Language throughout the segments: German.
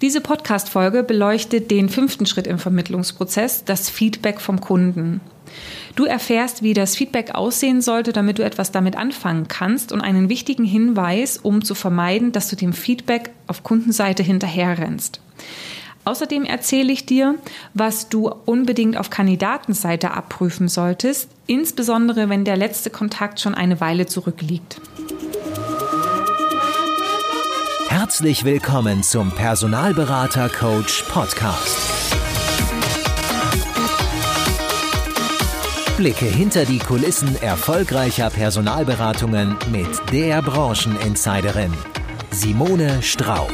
Diese Podcast-Folge beleuchtet den 5. Schritt im Vermittlungsprozess, das Feedback vom Kunden. Du erfährst, wie das Feedback aussehen sollte, damit du etwas damit anfangen kannst und einen wichtigen Hinweis, um zu vermeiden, dass du dem Feedback auf Kundenseite hinterherrennst. Außerdem erzähle ich dir, was du unbedingt auf Kandidatenseite abprüfen solltest, insbesondere wenn der letzte Kontakt schon eine Weile zurückliegt. Herzlich willkommen zum Personalberater Coach Podcast. Blicke hinter die Kulissen erfolgreicher Personalberatungen mit der Brancheninsiderin Simone Straub.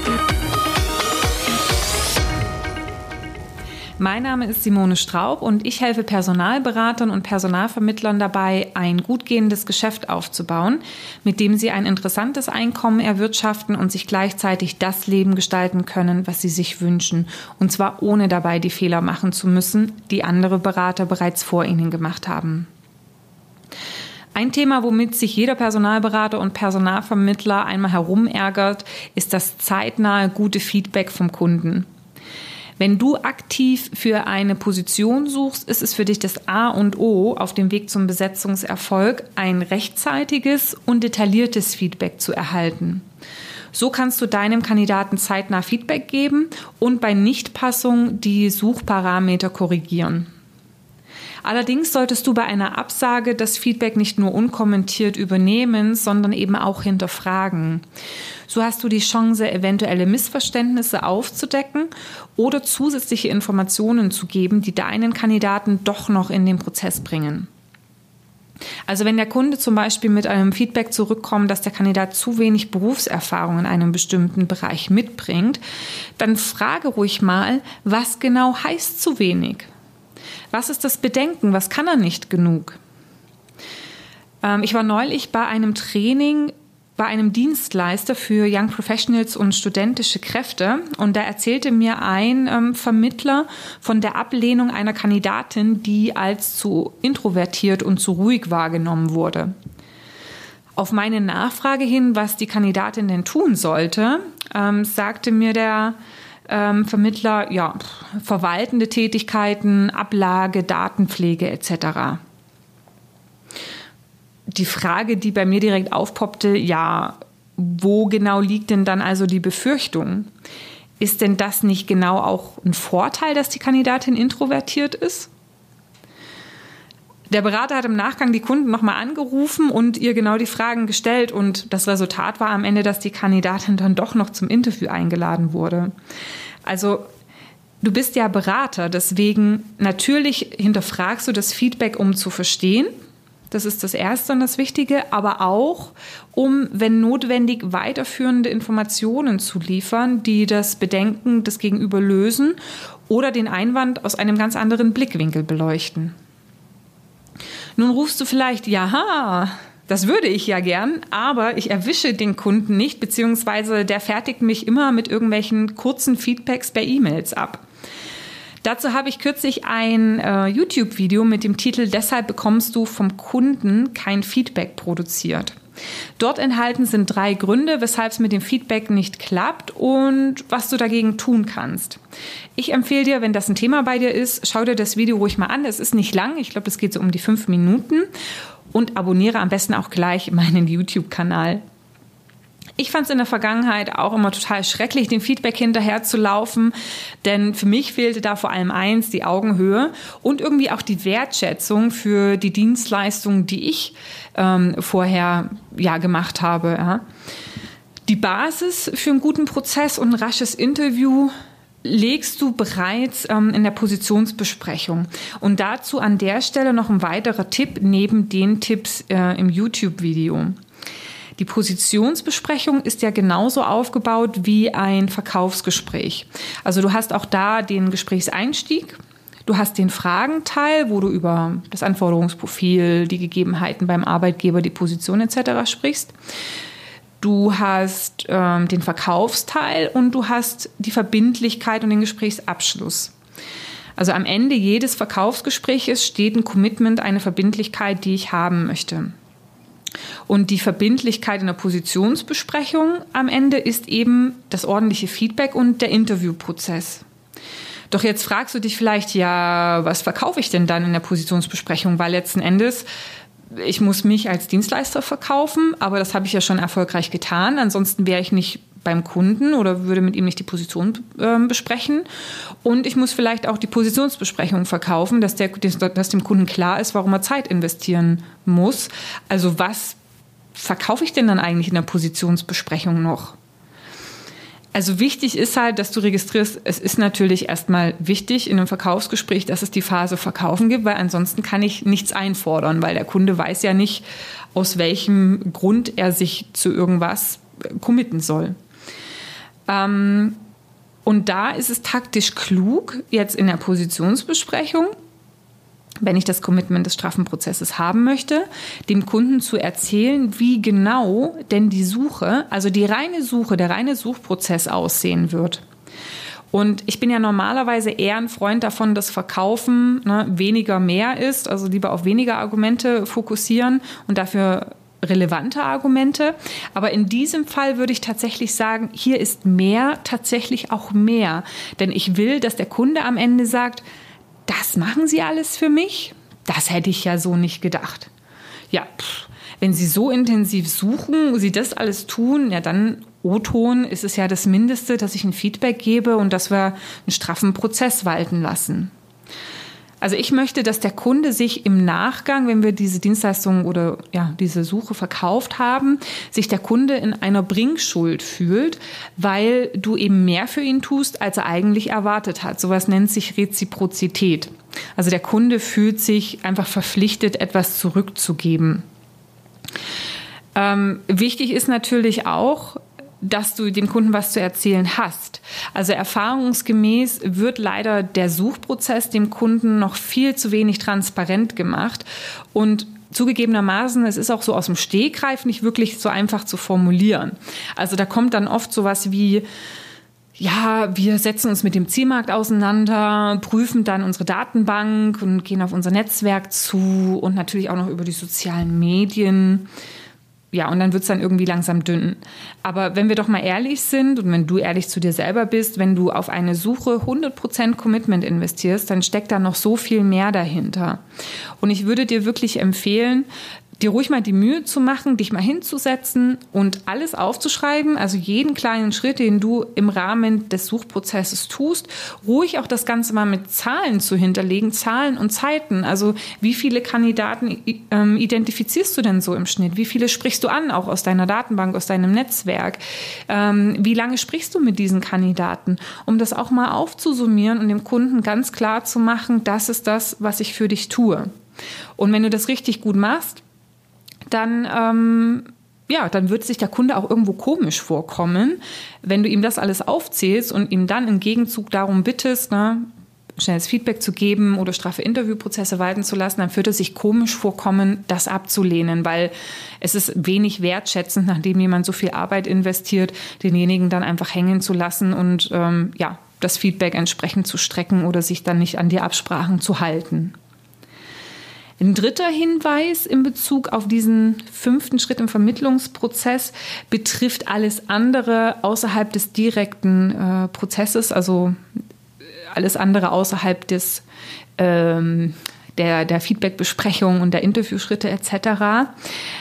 Mein Name ist Simone Straub und ich helfe Personalberatern und Personalvermittlern dabei, ein gut gehendes Geschäft aufzubauen, mit dem sie ein interessantes Einkommen erwirtschaften und sich gleichzeitig das Leben gestalten können, was sie sich wünschen. Und zwar ohne dabei die Fehler machen zu müssen, die andere Berater bereits vor ihnen gemacht haben. Ein Thema, womit sich jeder Personalberater und Personalvermittler einmal herumärgert, ist das zeitnahe gute Feedback vom Kunden. Wenn du aktiv für eine Position suchst, ist es für dich das A und O auf dem Weg zum Besetzungserfolg, ein rechtzeitiges und detailliertes Feedback zu erhalten. So kannst du deinem Kandidaten zeitnah Feedback geben und bei Nichtpassung die Suchparameter korrigieren. Allerdings solltest du bei einer Absage das Feedback nicht nur unkommentiert übernehmen, sondern eben auch hinterfragen. So hast du die Chance, eventuelle Missverständnisse aufzudecken oder zusätzliche Informationen zu geben, die deinen Kandidaten doch noch in den Prozess bringen. Also wenn der Kunde zum Beispiel mit einem Feedback zurückkommt, dass der Kandidat zu wenig Berufserfahrung in einem bestimmten Bereich mitbringt, dann frage ruhig mal, was genau heißt zu wenig? Was ist das Bedenken? Was kann er nicht genug? Ich war neulich bei einem Training bei einem Dienstleister für Young Professionals und studentische Kräfte und da erzählte mir ein Vermittler von der Ablehnung einer Kandidatin, die als zu introvertiert und zu ruhig wahrgenommen wurde. Auf meine Nachfrage hin, was die Kandidatin denn tun sollte, sagte mir der Vermittler, verwaltende Tätigkeiten, Ablage, Datenpflege etc. Die Frage, die bei mir direkt aufpoppte, wo genau liegt denn dann also die Befürchtung? Ist denn das nicht genau auch ein Vorteil, dass die Kandidatin introvertiert ist? Der Berater hat im Nachgang die Kunden nochmal angerufen und ihr genau die Fragen gestellt und das Resultat war am Ende, dass die Kandidatin dann doch noch zum Interview eingeladen wurde. Also du bist ja Berater, deswegen natürlich hinterfragst du das Feedback, um zu verstehen. Das ist das Erste und das Wichtige, aber auch, um, wenn notwendig, weiterführende Informationen zu liefern, die das Bedenken des Gegenüber lösen oder den Einwand aus einem ganz anderen Blickwinkel beleuchten. Nun rufst du vielleicht, das würde ich ja gern, aber ich erwische den Kunden nicht, beziehungsweise der fertigt mich immer mit irgendwelchen kurzen Feedbacks per E-Mails ab. Dazu habe ich kürzlich ein YouTube-Video mit dem Titel "Deshalb bekommst du vom Kunden kein Feedback" produziert. Dort enthalten sind 3 Gründe, weshalb es mit dem Feedback nicht klappt und was du dagegen tun kannst. Ich empfehle dir, wenn das ein Thema bei dir ist, schau dir das Video ruhig mal an. Es ist nicht lang, ich glaube, es geht so um die 5 Minuten und abonniere am besten auch gleich meinen YouTube-Kanal. Ich fand es in der Vergangenheit auch immer total schrecklich, dem Feedback hinterher zu laufen, denn für mich fehlte da vor allem eins, die Augenhöhe und irgendwie auch die Wertschätzung für die Dienstleistungen, die ich vorher gemacht habe. Ja. Die Basis für einen guten Prozess und ein rasches Interview legst du bereits in der Positionsbesprechung. Und dazu an der Stelle noch ein weiterer Tipp neben den Tipps im YouTube-Video. Die Positionsbesprechung ist ja genauso aufgebaut wie ein Verkaufsgespräch. Also du hast auch da den Gesprächseinstieg, du hast den Fragenteil, wo du über das Anforderungsprofil, die Gegebenheiten beim Arbeitgeber, die Position etc. sprichst. Du hast den Verkaufsteil und du hast die Verbindlichkeit und den Gesprächsabschluss. Also am Ende jedes Verkaufsgesprächs steht ein Commitment, eine Verbindlichkeit, die ich haben möchte. Und die Verbindlichkeit in der Positionsbesprechung am Ende ist eben das ordentliche Feedback und der Interviewprozess. Doch jetzt fragst du dich vielleicht, ja, was verkaufe ich denn dann in der Positionsbesprechung? Weil letzten Endes, ich muss mich als Dienstleister verkaufen, aber das habe ich ja schon erfolgreich getan. Ansonsten wäre ich nicht beim Kunden oder würde mit ihm nicht die Position besprechen. Und ich muss vielleicht auch die Positionsbesprechung verkaufen, dass dem Kunden klar ist, warum er Zeit investieren muss. Also was verkaufe ich denn dann eigentlich in der Positionsbesprechung noch? Also wichtig ist halt, dass du registrierst, es ist natürlich erstmal wichtig in einem Verkaufsgespräch, dass es die Phase Verkaufen gibt, weil ansonsten kann ich nichts einfordern, weil der Kunde weiß ja nicht, aus welchem Grund er sich zu irgendwas committen soll. Und da ist es taktisch klug, jetzt in der Positionsbesprechung, wenn ich das Commitment des straffen Prozesses haben möchte, dem Kunden zu erzählen, wie genau denn die Suche, also die reine Suche, der reine Suchprozess aussehen wird. Und ich bin ja normalerweise eher ein Freund davon, dass Verkaufen weniger mehr ist, also lieber auf weniger Argumente fokussieren und dafür relevante Argumente. Aber in diesem Fall würde ich tatsächlich sagen, hier ist mehr tatsächlich auch mehr. Denn ich will, dass der Kunde am Ende sagt, das machen Sie alles für mich? Das hätte ich ja so nicht gedacht. Ja, wenn Sie so intensiv suchen, Sie das alles tun, ja dann O-Ton ist es ja das Mindeste, dass ich ein Feedback gebe und dass wir einen straffen Prozess walten lassen. Also ich möchte, dass der Kunde sich im Nachgang, wenn wir diese Dienstleistung oder diese Suche verkauft haben, sich der Kunde in einer Bringschuld fühlt, weil du eben mehr für ihn tust, als er eigentlich erwartet hat. Sowas nennt sich Reziprozität. Also der Kunde fühlt sich einfach verpflichtet, etwas zurückzugeben. Wichtig ist natürlich auch, dass du dem Kunden was zu erzählen hast. Also erfahrungsgemäß wird leider der Suchprozess dem Kunden noch viel zu wenig transparent gemacht und zugegebenermaßen, es ist auch so aus dem Stegreif nicht wirklich so einfach zu formulieren. Also da kommt dann oft sowas wie, ja, wir setzen uns mit dem Zielmarkt auseinander, prüfen dann unsere Datenbank und gehen auf unser Netzwerk zu und natürlich auch noch über die sozialen Medien. Ja, und dann wird es dann irgendwie langsam dünn. Aber wenn wir doch mal ehrlich sind und wenn du ehrlich zu dir selber bist, wenn du auf eine Suche 100% Commitment investierst, dann steckt da noch so viel mehr dahinter. Und ich würde dir wirklich empfehlen, dir ruhig mal die Mühe zu machen, dich mal hinzusetzen und alles aufzuschreiben, also jeden kleinen Schritt, den du im Rahmen des Suchprozesses tust, ruhig auch das Ganze mal mit Zahlen zu hinterlegen, Zahlen und Zeiten. Also wie viele Kandidaten identifizierst du denn so im Schnitt? Wie viele sprichst du an, auch aus deiner Datenbank, aus deinem Netzwerk? Wie lange sprichst du mit diesen Kandidaten? Um das auch mal aufzusummieren und dem Kunden ganz klar zu machen, das ist das, was ich für dich tue. Und wenn du das richtig gut machst, dann wird sich der Kunde auch irgendwo komisch vorkommen, wenn du ihm das alles aufzählst und ihm dann im Gegenzug darum bittest, schnelles Feedback zu geben oder straffe Interviewprozesse walten zu lassen, dann wird es sich komisch vorkommen, das abzulehnen, weil es ist wenig wertschätzend, nachdem jemand so viel Arbeit investiert, denjenigen dann einfach hängen zu lassen und das Feedback entsprechend zu strecken oder sich dann nicht an die Absprachen zu halten. Ein dritter Hinweis in Bezug auf diesen 5. Schritt im Vermittlungsprozess betrifft alles andere außerhalb des direkten Prozesses, also alles andere außerhalb des der Feedbackbesprechung und der Interviewschritte etc.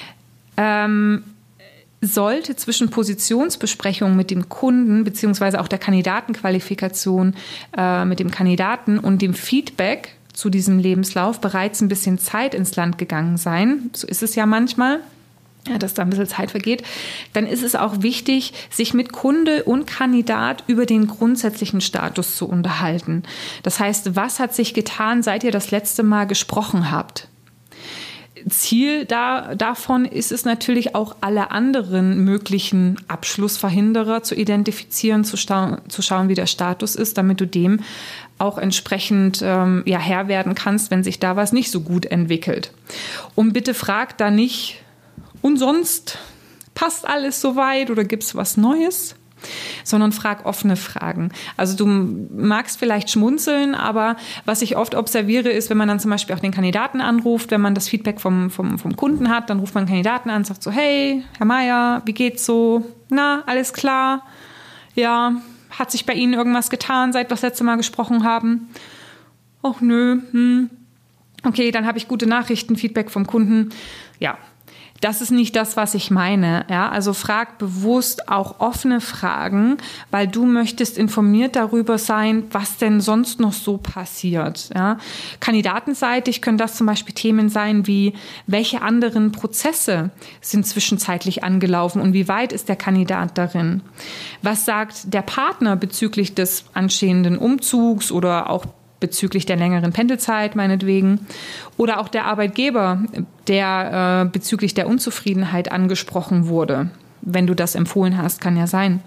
Sollte zwischen Positionsbesprechung mit dem Kunden beziehungsweise auch der Kandidatenqualifikation mit dem Kandidaten und dem Feedback zu diesem Lebenslauf bereits ein bisschen Zeit ins Land gegangen sein, so ist es ja manchmal, dass da ein bisschen Zeit vergeht, dann ist es auch wichtig, sich mit Kunde und Kandidat über den grundsätzlichen Status zu unterhalten. Das heißt, was hat sich getan, seit ihr das letzte Mal gesprochen habt? Ziel davon ist es natürlich auch, alle anderen möglichen Abschlussverhinderer zu identifizieren, zu schauen, wie der Status ist, damit du dem auch entsprechend Herr werden kannst, wenn sich da was nicht so gut entwickelt. Und bitte frag da nicht, und sonst passt alles soweit oder gibt es was Neues? sondern frag offene Fragen. Also du magst vielleicht schmunzeln, aber was ich oft observiere, ist, wenn man dann zum Beispiel auch den Kandidaten anruft, wenn man das Feedback vom Kunden hat, dann ruft man den Kandidaten an und sagt so, hey, Herr Meier, wie geht's so? Na, alles klar? Ja, hat sich bei Ihnen irgendwas getan, seit wir das letzte Mal gesprochen haben? Ach nö, Okay, dann habe ich gute Nachrichten, Feedback vom Kunden. Ja, das ist nicht das, was ich meine. Ja, also frag bewusst auch offene Fragen, weil du möchtest informiert darüber sein, was denn sonst noch so passiert. Ja, kandidatenseitig können das zum Beispiel Themen sein wie, welche anderen Prozesse sind zwischenzeitlich angelaufen und wie weit ist der Kandidat darin? Was sagt der Partner bezüglich des anstehenden Umzugs oder auch bezüglich der längeren Pendelzeit meinetwegen oder auch der Arbeitgeber, der bezüglich der Unzufriedenheit angesprochen wurde, wenn du das empfohlen hast, kann ja sein.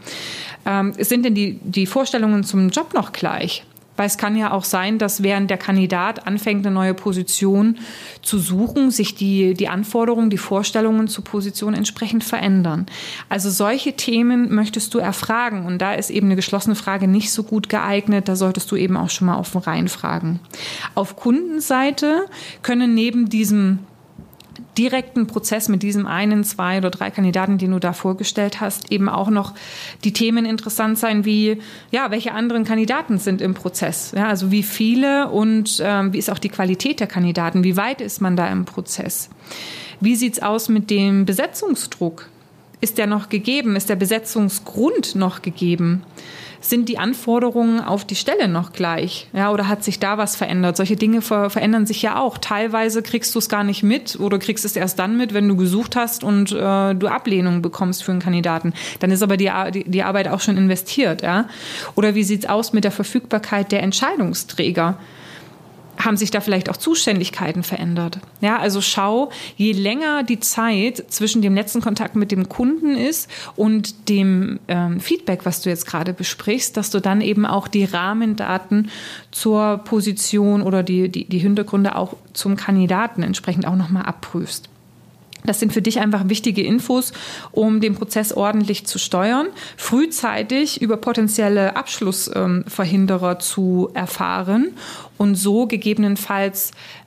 Sind denn die Vorstellungen zum Job noch gleich? Weil es kann ja auch sein, dass während der Kandidat anfängt, eine neue Position zu suchen, sich die Anforderungen, die Vorstellungen zur Position entsprechend verändern. Also solche Themen möchtest du erfragen. Und da ist eben eine geschlossene Frage nicht so gut geeignet. Da solltest du eben auch schon mal offen reinfragen. Auf Kundenseite können neben diesem direkten Prozess mit diesem 1, 2 oder 3 Kandidaten, den du da vorgestellt hast, eben auch noch die Themen interessant sein wie, ja, welche anderen Kandidaten sind im Prozess? Ja, also wie viele und wie ist auch die Qualität der Kandidaten? Wie weit ist man da im Prozess? Wie sieht's aus mit dem Besetzungsdruck? Ist der noch gegeben? Ist der Besetzungsgrund noch gegeben? Sind die Anforderungen auf die Stelle noch gleich? Ja, oder hat sich da was verändert? Solche Dinge verändern sich ja auch. Teilweise kriegst du es gar nicht mit oder kriegst es erst dann mit, wenn du gesucht hast und du Ablehnung bekommst für einen Kandidaten. Dann ist aber die Arbeit auch schon investiert. Ja? Oder wie sieht's aus mit der Verfügbarkeit der Entscheidungsträger? Haben sich da vielleicht auch Zuständigkeiten verändert? Ja, also schau, je länger die Zeit zwischen dem letzten Kontakt mit dem Kunden ist und dem Feedback, was du jetzt gerade besprichst, dass du dann eben auch die Rahmendaten zur Position oder die Hintergründe auch zum Kandidaten entsprechend auch nochmal abprüfst. Das sind für dich einfach wichtige Infos, um den Prozess ordentlich zu steuern, frühzeitig über potenzielle Abschlussverhinderer zu erfahren und so gegebenenfalls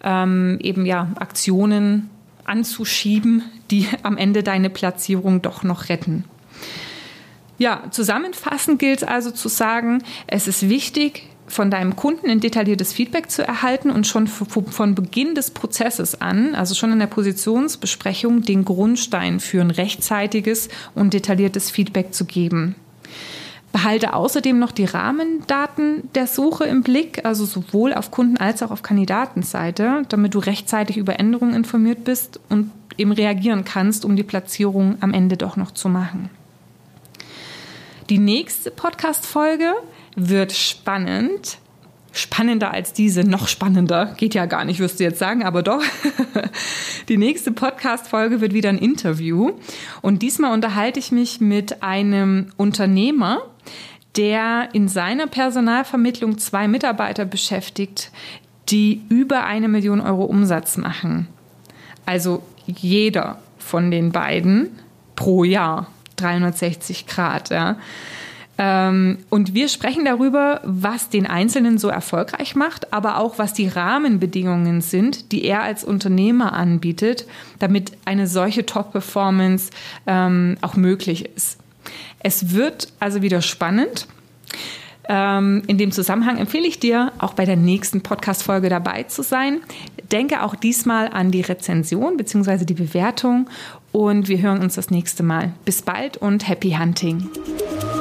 Aktionen anzuschieben, die am Ende deine Platzierung doch noch retten. Ja, zusammenfassend gilt es also zu sagen, es ist wichtig, von deinem Kunden ein detailliertes Feedback zu erhalten und schon von Beginn des Prozesses an, also schon in der Positionsbesprechung, den Grundstein für ein rechtzeitiges und detailliertes Feedback zu geben. Behalte außerdem noch die Rahmendaten der Suche im Blick, also sowohl auf Kunden- als auch auf Kandidatenseite, damit du rechtzeitig über Änderungen informiert bist und eben reagieren kannst, um die Platzierung am Ende doch noch zu machen. Die nächste Podcast-Folge wird spannend. Spannender als diese, noch spannender. Geht ja gar nicht, wirst du jetzt sagen, aber doch. Die nächste Podcast-Folge wird wieder ein Interview. Und diesmal unterhalte ich mich mit einem Unternehmer, der in seiner Personalvermittlung 2 Mitarbeiter beschäftigt, die über 1 Million Euro Umsatz machen. Also jeder von den beiden pro Jahr. 360 Grad, ja. Und wir sprechen darüber, was den Einzelnen so erfolgreich macht, aber auch, was die Rahmenbedingungen sind, die er als Unternehmer anbietet, damit eine solche Top-Performance auch möglich ist. Es wird also wieder spannend. In dem Zusammenhang empfehle ich dir, auch bei der nächsten Podcast-Folge dabei zu sein. Denke auch diesmal an die Rezension bzw. die Bewertung und wir hören uns das nächste Mal. Bis bald und Happy Hunting!